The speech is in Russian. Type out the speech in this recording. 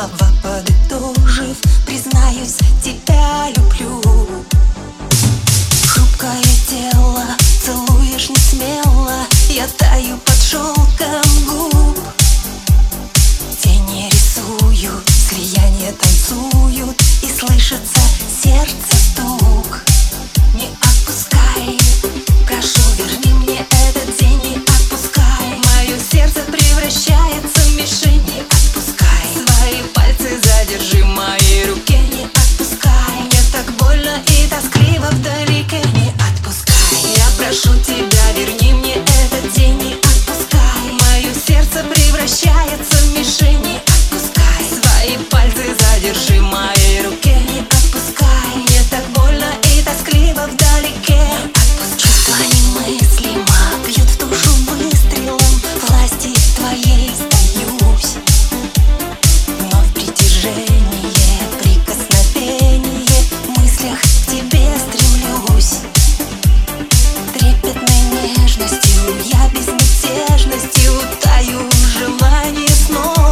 слова подытожив, признаюсь, тебя люблю. Хрупкое тело, целуешь не смело, я таю под шелком губ. Тени рисуют, слияние танцуют, и слышится сердце стук. Не отпускай, прошу, верни мне этот день, не отпускай. Мое сердце превращается в мишень, не отпускай. Свои пальцы задержи в моей руке, не отпускай. Мне так больно и тоскливо вдалеке, не отпускай. Я прошу тебя, верни мне этот день, не отпускай. Мое сердце превращается в мишень, не отпускай. Свои пальцы задержи в моей руке, не отпускай. Мне так больно и тоскливо вдалеке, не отпускай. Чувства немыслимо бьют в душу выстрелом, власти твоей сдаюсь. Но в притяжении, прикосновении, в мыслях к тебе стремлюсь. Трепетной нежностью, я безмятежностью таю в желании снова.